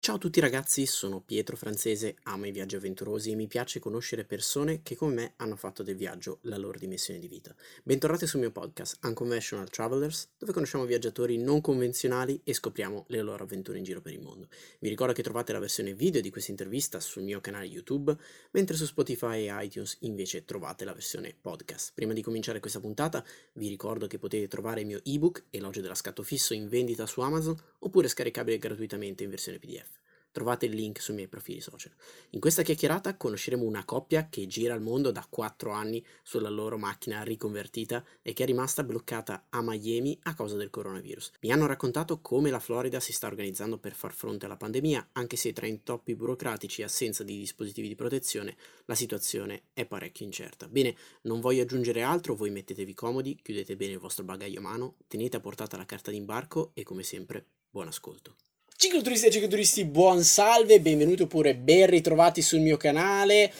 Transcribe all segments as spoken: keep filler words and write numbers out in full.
Ciao a tutti ragazzi, sono Pietro Francese, amo i viaggi avventurosi e mi piace conoscere persone che come me hanno fatto del viaggio la loro dimensione di vita. Bentornati sul mio podcast Unconventional Travelers, dove conosciamo viaggiatori non convenzionali e scopriamo le loro avventure in giro per il mondo. Vi ricordo che trovate la versione video di questa intervista sul mio canale YouTube, mentre su Spotify e iTunes invece trovate la versione podcast. Prima di cominciare questa puntata vi ricordo che potete trovare il mio ebook Elogio della scatto fisso in vendita su Amazon oppure scaricabile gratuitamente in versione P D F. Trovate il link sui miei profili social. In questa chiacchierata conosceremo una coppia che gira il mondo da quattro anni sulla loro macchina riconvertita e che è rimasta bloccata a Miami a causa del coronavirus. Mi hanno raccontato come la Florida si sta organizzando per far fronte alla pandemia, anche se tra intoppi burocratici e assenza di dispositivi di protezione la situazione è parecchio incerta. Bene, non voglio aggiungere altro, voi mettetevi comodi, chiudete bene il vostro bagaglio a mano, tenete a portata la carta d'imbarco e come sempre buon ascolto. Cicloturisti e cicloturisti, buon salve, benvenuti oppure ben ritrovati sul mio canale.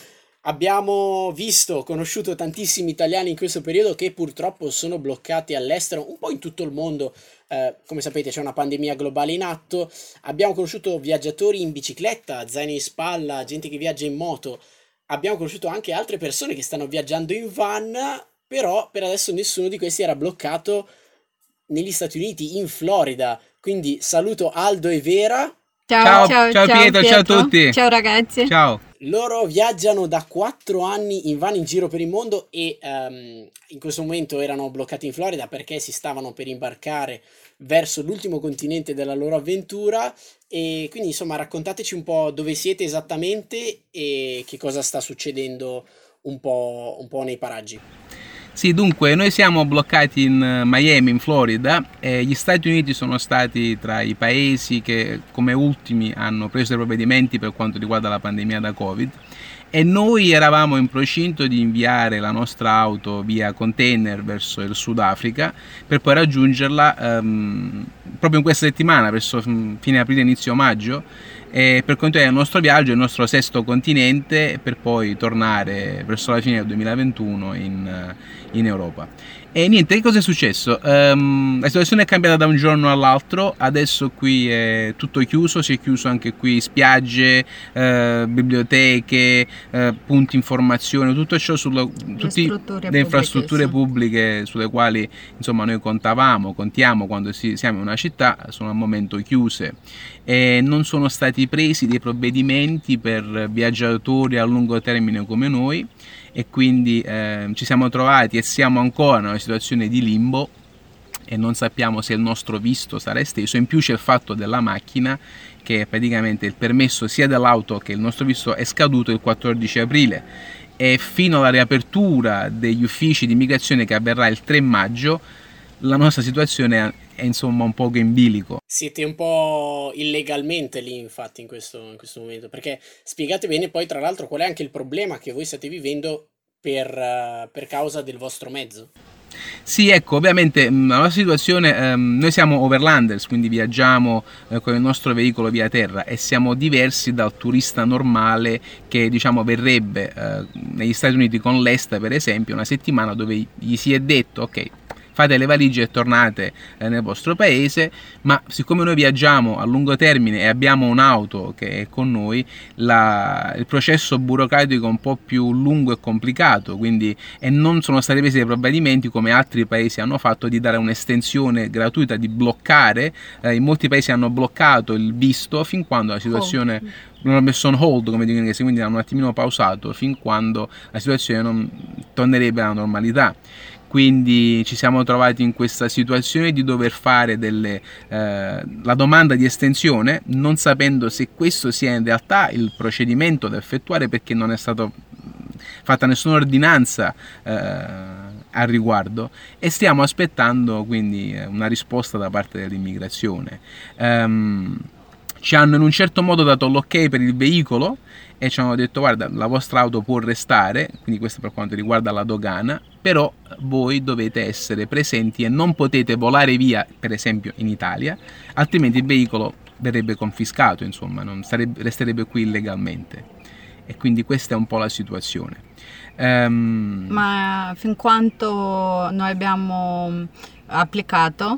Abbiamo visto, conosciuto tantissimi italiani in questo periodo che purtroppo sono bloccati all'estero, un po' in tutto il mondo. Eh, come sapete c'è una pandemia globale in atto. Abbiamo conosciuto viaggiatori in bicicletta, zaini in spalla, gente che viaggia in moto. Abbiamo conosciuto anche altre persone che stanno viaggiando in van, però per adesso nessuno di questi era bloccato negli Stati Uniti, in Florida. Quindi saluto Aldo e Vera. Ciao, ciao, ciao, ciao Pietro, Pietro, ciao a tutti. Ciao ragazzi. Ciao. Loro viaggiano da quattro anni in van in giro per il mondo e um, in questo momento erano bloccati in Florida perché si stavano per imbarcare verso l'ultimo continente della loro avventura. E quindi insomma raccontateci un po' dove siete esattamente e che cosa sta succedendo un po', un po' nei paraggi. Sì, dunque, noi siamo bloccati in Miami, in Florida, e gli Stati Uniti sono stati tra i paesi che come ultimi hanno preso i provvedimenti per quanto riguarda la pandemia da Covid, e noi eravamo in procinto di inviare la nostra auto via container verso il Sudafrica per poi raggiungerla um, proprio in questa settimana, verso fine aprile, inizio maggio, e per continuare il nostro viaggio, il nostro sesto continente, per poi tornare verso la fine del duemilaventuno in, in Europa. E niente, che cosa è successo? Um, la situazione è cambiata da un giorno all'altro, adesso qui è tutto chiuso, si è chiuso anche qui spiagge, eh, biblioteche, eh, punti informazione, tutto ciò sulle le infrastrutture pubbliche sulle quali insomma noi contavamo, contiamo quando si, siamo in una città, sono al momento chiuse e non sono stati presi dei provvedimenti per viaggiatori a lungo termine come noi. E quindi eh, ci siamo trovati e siamo ancora in una situazione di limbo e non sappiamo se il nostro visto sarà esteso. In più c'è il fatto della macchina, che praticamente il permesso sia dell'auto che il nostro visto è scaduto il quattordici aprile e fino alla riapertura degli uffici di immigrazione che avverrà il tre maggio la nostra situazione è insomma un poco in bilico. Siete un po' illegalmente lì infatti in questo, in questo momento, perché spiegate bene poi tra l'altro qual è anche il problema che voi state vivendo per, uh, per causa del vostro mezzo. Sì, ecco, ovviamente la nostra situazione, ehm, noi siamo overlanders, quindi viaggiamo eh, con il nostro veicolo via terra e siamo diversi dal turista normale che diciamo verrebbe eh, negli Stati Uniti con l'Esta per esempio una settimana, dove gli si è detto ok, fate le valigie e tornate eh, nel vostro paese, ma siccome noi viaggiamo a lungo termine e abbiamo un'auto che è con noi, la, il processo burocratico è un po' più lungo e complicato, quindi e non sono stati presi dei provvedimenti come altri paesi hanno fatto di dare un'estensione gratuita, di bloccare, eh, in molti paesi hanno bloccato il visto fin quando la situazione non ha messo on hold, come dicono in inglese, quindi hanno un attimino pausato fin quando la situazione non tornerebbe alla normalità. Quindi ci siamo trovati in questa situazione di dover fare delle, eh, la domanda di estensione, non sapendo se questo sia in realtà il procedimento da effettuare, perché non è stata fatta nessuna ordinanza eh, al riguardo, e stiamo aspettando quindi una risposta da parte dell'immigrazione. Um, ci hanno in un certo modo dato l'ok per il veicolo e ci hanno detto guarda, la vostra auto può restare, quindi questo per quanto riguarda la dogana, però voi dovete essere presenti e non potete volare via per esempio in Italia, altrimenti il veicolo verrebbe confiscato, insomma non sarebbe, resterebbe qui illegalmente. E quindi questa è un po' la situazione. Um... Ma fin quanto noi abbiamo applicato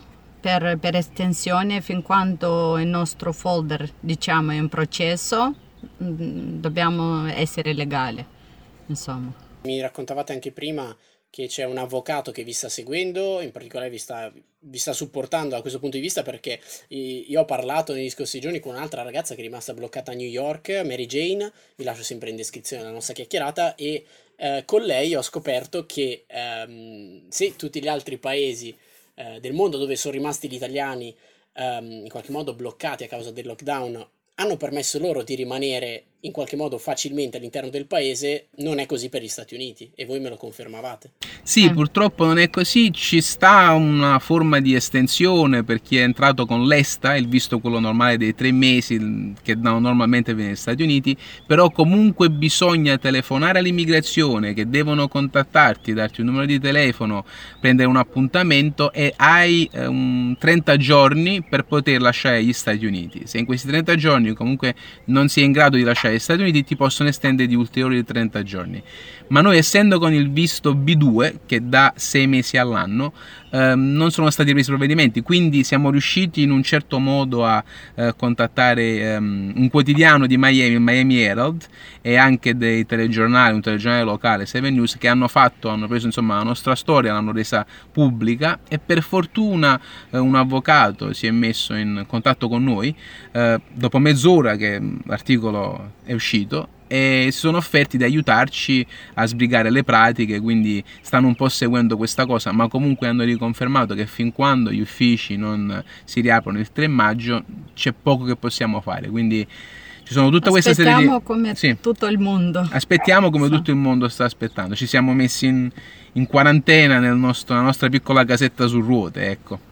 per, per estensione, fin quando il nostro folder, diciamo, è in processo, mh, dobbiamo essere legali, insomma. Mi raccontavate anche prima che c'è un avvocato che vi sta seguendo, in particolare vi sta, vi sta supportando da questo punto di vista, perché i- io ho parlato negli scorsi giorni con un'altra ragazza che è rimasta bloccata a New York, Mary Jane, vi lascio sempre in descrizione la nostra chiacchierata, e eh, con lei ho scoperto che ehm, se tutti gli altri paesi eh, del mondo dove sono rimasti gli italiani ehm, in qualche modo bloccati a causa del lockdown hanno permesso loro di rimanere in qualche modo facilmente all'interno del paese, non è così per gli Stati Uniti, e voi me lo confermavate. Sì, Eh, purtroppo non è così, ci sta una forma di estensione per chi è entrato con l'ESTA, il visto quello normale dei tre mesi il- che no- normalmente viene negli Stati Uniti, però comunque bisogna telefonare all'immigrazione, che devono contattarti, darti un numero di telefono, prendere un appuntamento, e hai eh, un trenta giorni per poter lasciare gli Stati Uniti. Se in questi trenta giorni comunque non si è in grado di lasciare gli Stati Uniti, ti possono estendere di ulteriori trenta giorni. Ma noi, essendo con il visto B due, che dà sei mesi all'anno, ehm, non sono stati presi provvedimenti, quindi siamo riusciti in un certo modo a eh, contattare ehm, un quotidiano di Miami, il Miami Herald, e anche dei telegiornali, un telegiornale locale, Seven News, che hanno fatto, hanno preso insomma la nostra storia, l'hanno resa pubblica, e per fortuna eh, un avvocato si è messo in contatto con noi eh, dopo mezz'ora che l'articolo è uscito, e si sono offerti di aiutarci a sbrigare le pratiche, quindi stanno un po' seguendo questa cosa, ma comunque hanno riconfermato che fin quando gli uffici non si riaprono il tre maggio c'è poco che possiamo fare, quindi ci sono tutta questa serie di... aspettiamo come Sì, tutto il mondo. aspettiamo come Sì. tutto il mondo sta aspettando, ci siamo messi in, in quarantena nel nostro, nella nostra piccola casetta su ruote, ecco.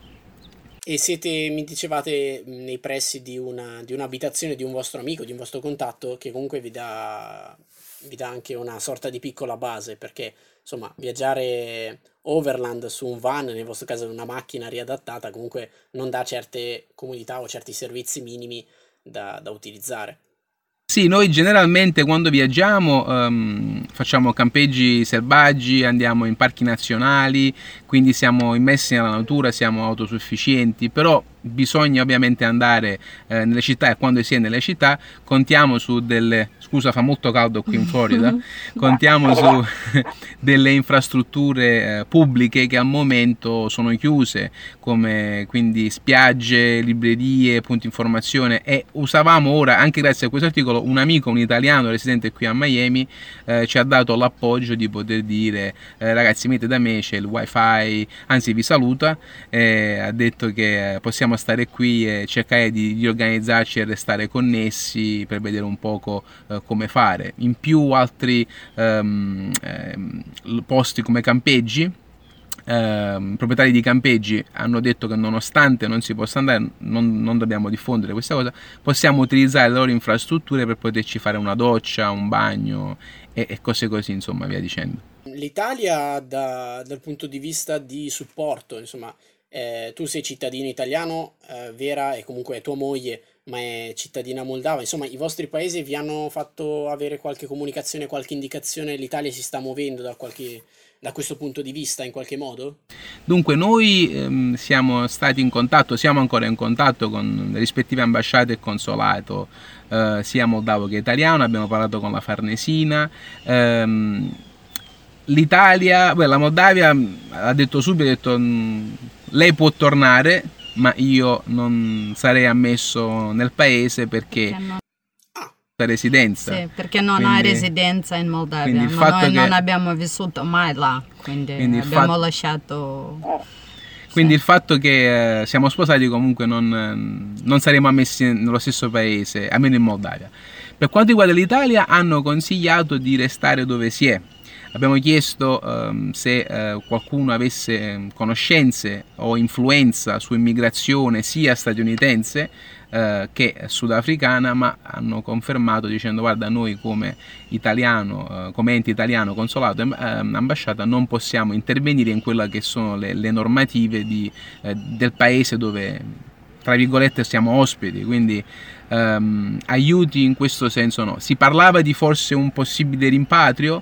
E siete, mi dicevate, mh, nei pressi di una, di un'abitazione di un vostro amico, di un vostro contatto, che comunque vi dà, vi dà anche una sorta di piccola base, perché insomma viaggiare overland su un van, nel vostro caso una macchina riadattata, comunque non dà certe comodità o certi servizi minimi da, da utilizzare. Sì, noi generalmente quando viaggiamo ehm, facciamo campeggi selvaggi, andiamo in parchi nazionali, quindi siamo immersi nella natura, siamo autosufficienti, però bisogna ovviamente andare eh, nelle città, e quando si è nelle città contiamo su delle... Scusa, fa molto caldo qui in Florida, contiamo su delle infrastrutture eh, pubbliche che al momento sono chiuse, come quindi spiagge, librerie, punti informazione, e usavamo ora, anche grazie a questo articolo, un amico, un italiano residente qui a Miami, eh, ci ha dato l'appoggio di poter dire eh, ragazzi, venite da me, c'è il wifi, anzi vi saluta, eh, ha detto che possiamo stare qui e cercare di, di organizzarci e restare connessi per vedere un poco eh, come fare. In più altri ehm, ehm, posti come campeggi, eh, proprietari di campeggi hanno detto che nonostante non si possa andare, non, non dobbiamo diffondere questa cosa, possiamo utilizzare le loro infrastrutture per poterci fare una doccia, un bagno e, e cose così, insomma, via dicendo. L'Italia da- dal punto di vista di supporto, insomma, eh, tu sei cittadino italiano, eh, Vera, e comunque è tua moglie, ma è cittadina moldava, insomma, i vostri paesi vi hanno fatto avere qualche comunicazione, qualche indicazione, l'Italia si sta muovendo da qualche, da questo punto di vista in qualche modo? Dunque noi ehm, siamo stati in contatto, siamo ancora in contatto con le rispettive ambasciate e consolato, eh, sia moldavo che italiano, abbiamo parlato con la Farnesina. ehm, L'Italia, beh, la Moldavia ha detto subito, ha detto, "Mm, lei può tornare, ma io non sarei ammesso nel paese perché Perché non, Ah, la residenza." sì, perché non Quindi- ha residenza in Moldavia, quindi il ma fatto noi che- non abbiamo vissuto mai là, quindi, Quindi il abbiamo fatto- lasciato... Quindi Sì. il fatto che eh, siamo sposati comunque non, non saremo ammessi nello stesso paese, almeno in Moldavia. Per quanto riguarda l'Italia, hanno consigliato di restare dove si è. Abbiamo chiesto ehm, se eh, qualcuno avesse ehm, conoscenze o influenza su immigrazione sia statunitense eh, che sudafricana, ma hanno confermato dicendo guarda, noi come italiano, eh, come ente italiano, consolato e ehm, ambasciata non possiamo intervenire in quelle che sono le, le normative di, eh, del paese dove tra virgolette siamo ospiti, quindi ehm, aiuti in questo senso no. Si parlava di forse un possibile rimpatrio,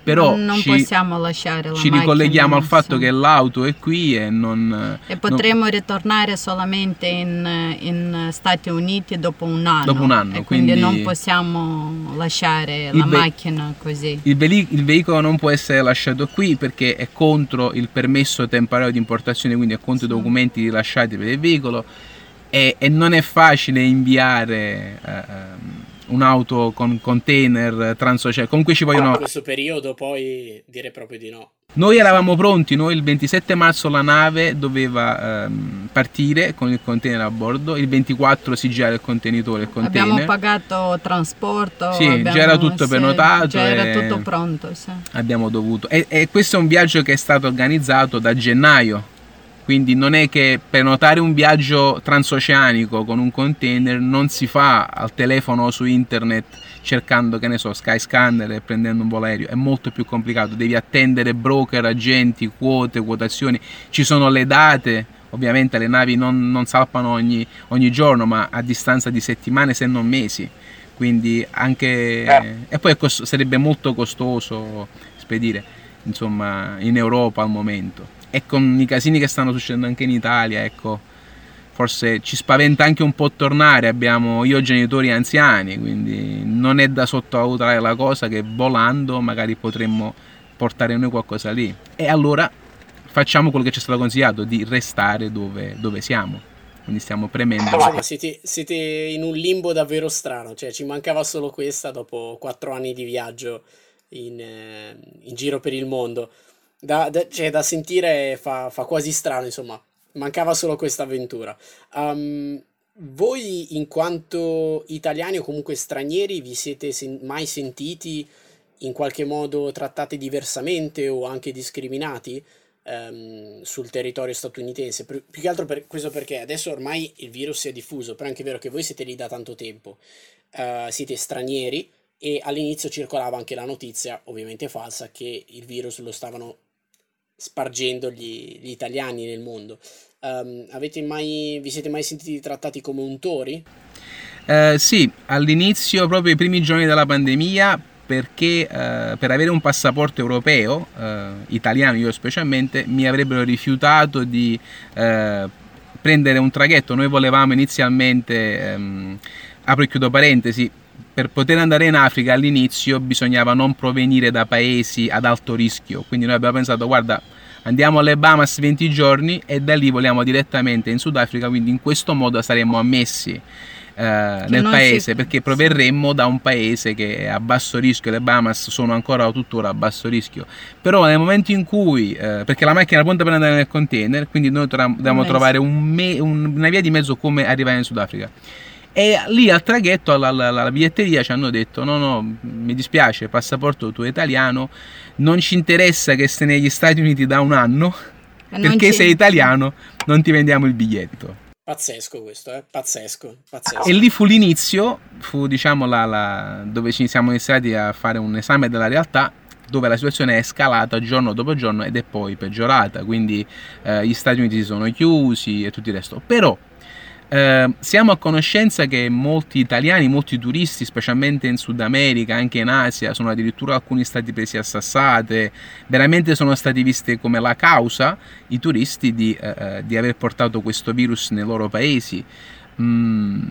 Però non ci, possiamo lasciare la ci macchina, ricolleghiamo al fatto sì. che l'auto è qui e non... E potremo non, ritornare solamente in, in Stati Uniti dopo un anno. Dopo un anno, e quindi, quindi non possiamo lasciare la ve- macchina così. Il, ve- il veicolo non può essere lasciato qui perché è contro il permesso temporaneo di importazione, quindi è contro sì. i documenti rilasciati per il veicolo e, e non è facile inviare... Uh, un'auto con container transoceanico, comunque ci vogliono... In questo periodo poi direi proprio di no. Noi eravamo pronti, noi il ventisette marzo la nave doveva ehm, partire con il container a bordo, il ventiquattro si gira il contenitore, il container. Abbiamo pagato trasporto, sì, abbiamo, già era tutto sì, prenotato. Già era e tutto pronto, sì. Abbiamo dovuto... E, e questo è un viaggio che è stato organizzato da gennaio. Quindi non è che prenotare un viaggio transoceanico con un container non si fa al telefono o su internet cercando, che ne so, Skyscanner e prendendo un volo aereo, è molto più complicato, devi attendere broker, agenti, quote, quotazioni, ci sono le date, ovviamente le navi non, non salpano ogni, ogni giorno, ma a distanza di settimane se non mesi, quindi anche... Eh. E poi cost- sarebbe molto costoso spedire, insomma, in Europa al momento. E con i casini che stanno succedendo anche in Italia, ecco, forse ci spaventa anche un po' tornare. Abbiamo io ho genitori anziani, quindi non è da sottovalutare la cosa che volando magari potremmo portare noi qualcosa lì. E allora facciamo quello che ci è stato consigliato, di restare dove, dove siamo. Quindi stiamo premendo. Insomma, siete, siete in un limbo davvero strano, cioè ci mancava solo questa dopo quattro anni di viaggio in, eh, in giro per il mondo. Da, da, cioè, da sentire fa, fa quasi strano, insomma, mancava solo questa avventura. Um, voi, in quanto italiani o comunque stranieri, vi siete sen- mai sentiti in qualche modo trattati diversamente o anche discriminati um, sul territorio statunitense? Più, più che altro per questo, perché adesso ormai il virus è diffuso, però è anche vero che voi siete lì da tanto tempo, uh, siete stranieri e all'inizio circolava anche la notizia, ovviamente falsa, che il virus lo stavano spargendo gli, gli italiani nel mondo. Um, avete mai, vi siete mai sentiti trattati come untori? Eh, sì, all'inizio, proprio i primi giorni della pandemia, perché eh, per avere un passaporto europeo, eh, italiano io specialmente, mi avrebbero rifiutato di eh, prendere un traghetto. Noi volevamo inizialmente, ehm, apro e chiudo parentesi, per poter andare in Africa all'inizio bisognava non provenire da paesi ad alto rischio, quindi noi abbiamo pensato, guarda, andiamo alle Bahamas venti giorni e da lì voliamo direttamente in Sudafrica, quindi in questo modo saremmo ammessi eh, nel paese, si... perché proverremmo da un paese che è a basso rischio. Le Bahamas sono ancora tuttora a basso rischio, però nel momento in cui, eh, perché la macchina è pronta per andare nel container, quindi noi tra- dobbiamo trovare un me- un, una via di mezzo come arrivare in Sudafrica. E lì al traghetto, alla, alla, alla biglietteria ci hanno detto no no, mi dispiace, passaporto tuo italiano, non ci interessa che stai negli Stati Uniti da un anno, perché ci... sei italiano, non ti vendiamo il biglietto. Pazzesco questo, eh? Pazzesco, pazzesco. E lì fu l'inizio, fu diciamo la, la, dove ci siamo iniziati a fare un esame della realtà, dove la situazione è scalata giorno dopo giorno ed è poi peggiorata, quindi eh, gli Stati Uniti si sono chiusi e tutto il resto. Però Uh, siamo a conoscenza che molti italiani, molti turisti, specialmente in Sud America, anche in Asia, sono addirittura alcuni stati presi a sassate, veramente sono stati visti come la causa, i turisti, di, uh, di aver portato questo virus nei loro paesi. Mm.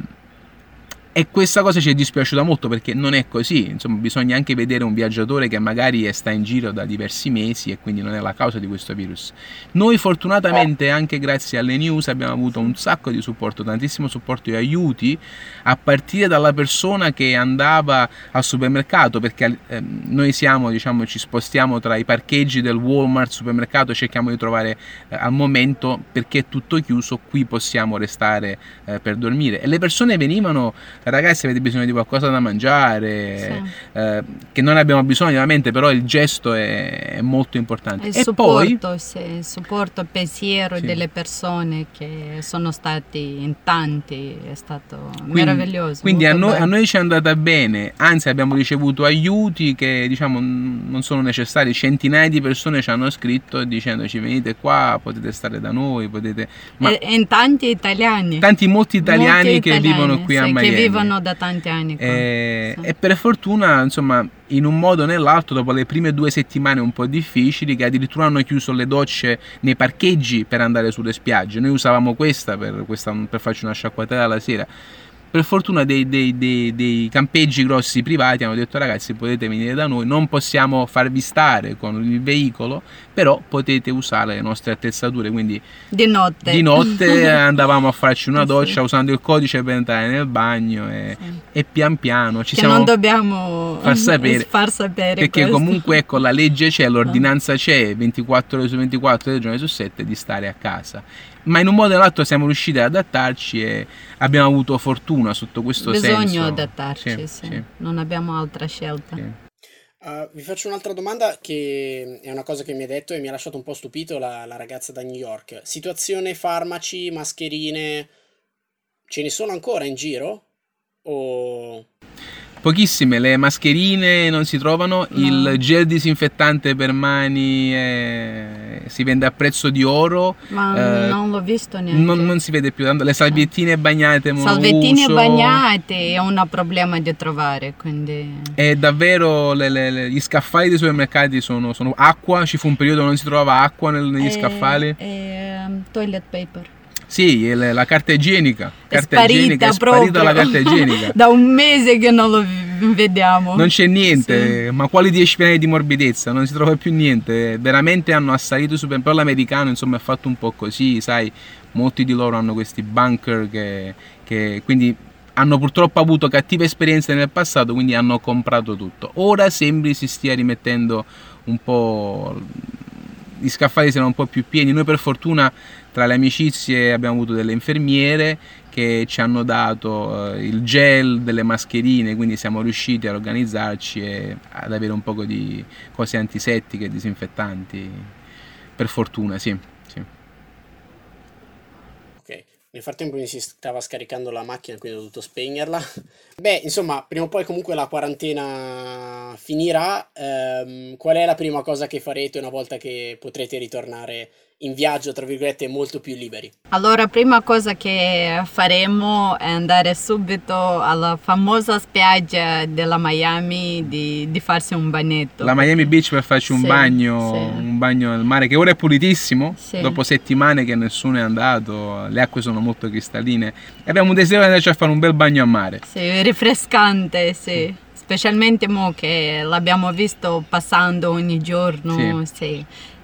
E questa cosa ci è dispiaciuta molto, perché non è così, insomma bisogna anche vedere un viaggiatore che magari sta in giro da diversi mesi e quindi non è la causa di questo virus. Noi fortunatamente, anche grazie alle news, abbiamo avuto un sacco di supporto, tantissimo supporto e aiuti, a partire dalla persona che andava al supermercato, perché eh, noi siamo, diciamo, ci spostiamo tra i parcheggi del Walmart, supermercato, cerchiamo di trovare eh, al momento, perché è tutto chiuso, qui possiamo restare eh, per dormire. E le persone venivano: ragazzi, avete bisogno di qualcosa da mangiare, sì. eh, che non abbiamo bisogno ovviamente, però il gesto è, è molto importante. Il e supporto, poi sì, il supporto, pensiero sì. delle persone che sono stati in tanti, è stato quindi, meraviglioso. Quindi a noi, a noi ci è andata bene, anzi abbiamo ricevuto aiuti che diciamo non sono necessari, centinaia di persone ci hanno scritto dicendoci venite qua, potete stare da noi, potete... Ma e, e in tanti italiani. Tanti, molti italiani, molti che italiani, vivono qui sì, a Miami. Che vivono da tanti anni qua. E, Sì. e per fortuna, insomma, in un modo o nell'altro, dopo le prime due settimane un po' difficili, che addirittura hanno chiuso le docce nei parcheggi per andare sulle spiagge. Noi usavamo questa per, questa, per farci una sciacquatella la sera. Per fortuna dei, dei, dei, dei campeggi grossi privati hanno detto: ragazzi, potete venire da noi, non possiamo farvi stare con il veicolo, però potete usare le nostre attrezzature. Quindi Di notte. di notte andavamo a farci una Sì. doccia usando il codice per entrare nel bagno e, Sì. e pian piano ci Che siamo non dobbiamo far sapere, far sapere perché questo. comunque ecco, la legge c'è, l'ordinanza c'è, ventiquattro ore su ventiquattro, giorni su sette di stare a casa. Ma in un modo o nell'altro siamo riusciti ad adattarci e abbiamo avuto fortuna sotto questo Bisogna senso. adattarci, Sì, sì. sì, Non abbiamo altra scelta. sì. Uh, vi faccio un'altra domanda che è una cosa che mi ha detto e mi ha lasciato un po' stupito la, la ragazza da New York. Situazione farmaci, mascherine, ce ne sono ancora in giro? O... Pochissime, le mascherine non si trovano, No. il gel disinfettante per mani eh, si vende a prezzo di oro, Ma eh, non l'ho visto neanche. non, non si vede più, tanto le salviettine bagnate Salvettine monouso, bagnate è un problema da trovare, quindi... e davvero le- le- le- gli scaffali dei supermercati sono, sono acqua, ci fu un periodo dove non si trovava acqua nel- negli E- scaffali. e, um, toilet paper. Sì, e le- la carta igienica, È carta sparita igienica, è proprio. sparita la carta igienica. Da un mese che non lo v- vediamo. Non c'è niente, ma quali dieci piani di morbidezza? Non si trova più niente. Veramente hanno assalito i super. Però l'americano, insomma, è fatto un po' così, sai, molti di loro hanno questi bunker che, che quindi hanno purtroppo avuto cattive esperienze nel passato, quindi hanno comprato tutto. Ora sembri si stia rimettendo un po', gli scaffali siano un po' più pieni. Noi per fortuna tra le amicizie abbiamo avuto delle infermiere che ci hanno dato eh, il gel, delle mascherine, quindi siamo riusciti a organizzarci e ad avere un po' di cose antisettiche, disinfettanti, per fortuna, sì, sì. Ok, nel frattempo mi si stava scaricando la macchina, quindi ho dovuto spegnerla. Beh, insomma, prima o poi comunque la quarantena finirà. Ehm, qual è la prima cosa che farete una volta che potrete ritornare in viaggio, tra virgolette, molto più liberi? Allora, prima cosa che faremo è andare subito alla famosa spiaggia della Miami di, di farsi un bagnetto. La Miami Beach per farci un Sì, bagno, sì. un bagno nel mare che ora è pulitissimo, Sì. dopo settimane che nessuno è andato, le acque sono molto cristalline e abbiamo un desiderio di andarci a fare un bel bagno a mare. Sì, rinfrescante, sì. Specialmente mo che l'abbiamo visto passando ogni giorno, sì.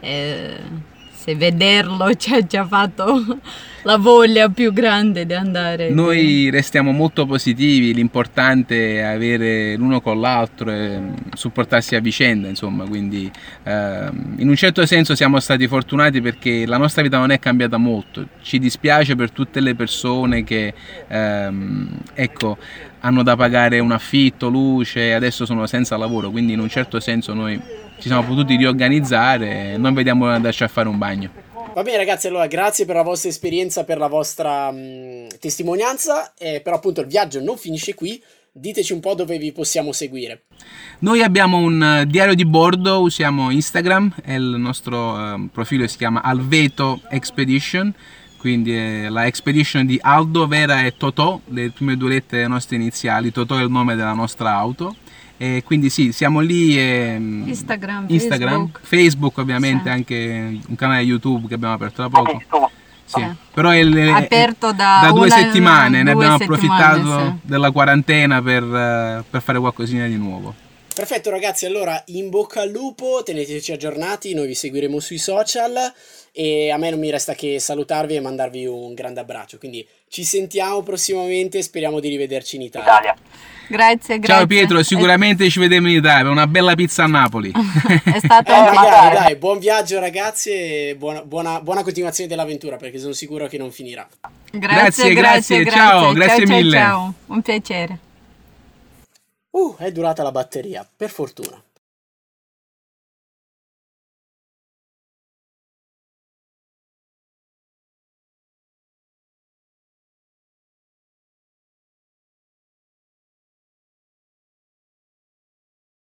Eh, se vederlo ci ha già fatto la voglia più grande di andare. Noi restiamo molto positivi, l'importante è avere l'uno con l'altro e supportarsi a vicenda, insomma, quindi ehm, in un certo senso siamo stati fortunati perché la nostra vita non è cambiata molto. Ci dispiace per tutte le persone che ehm, ecco, hanno da pagare un affitto, luce, adesso sono senza lavoro, quindi in un certo senso noi ci siamo potuti riorganizzare e non vediamo l'ora di andarci a fare un bagno. Va bene ragazzi, allora grazie per la vostra esperienza, per la vostra mh, testimonianza, eh, però appunto il viaggio non finisce qui, diteci un po' dove vi possiamo seguire. Noi abbiamo un uh, diario di bordo, usiamo Instagram e il nostro uh, profilo si chiama Alveto Expedition, quindi è la expedition di Aldo, Vera e Totò, le prime due lettere delle nostre iniziali. Totò è il nome della nostra auto. E quindi sì, siamo lì. E, Instagram, Instagram, Facebook. Facebook ovviamente, Sì. anche un canale YouTube che abbiamo aperto da poco. Sì. Ah. Però è, è- Aperto da da due una- settimane, ne due abbiamo settimane, approfittato sì. della quarantena per, eh, per fare qualcosina di nuovo. Perfetto ragazzi, allora in bocca al lupo, teneteci aggiornati, noi vi seguiremo sui social e a me non mi resta che salutarvi e mandarvi un grande abbraccio, quindi ci sentiamo prossimamente, speriamo di rivederci in Italia. Italia. Grazie, grazie. Ciao Pietro, sicuramente ci vedremo in Italia per una bella pizza a Napoli. È stato Eh, un magari, magari. dai, buon viaggio ragazzi e buona, buona, buona continuazione dell'avventura perché sono sicuro che non finirà. Grazie, Grazie, grazie, grazie, ciao, grazie ciao, mille. Ciao, un piacere. Uh, è durata la batteria, per fortuna.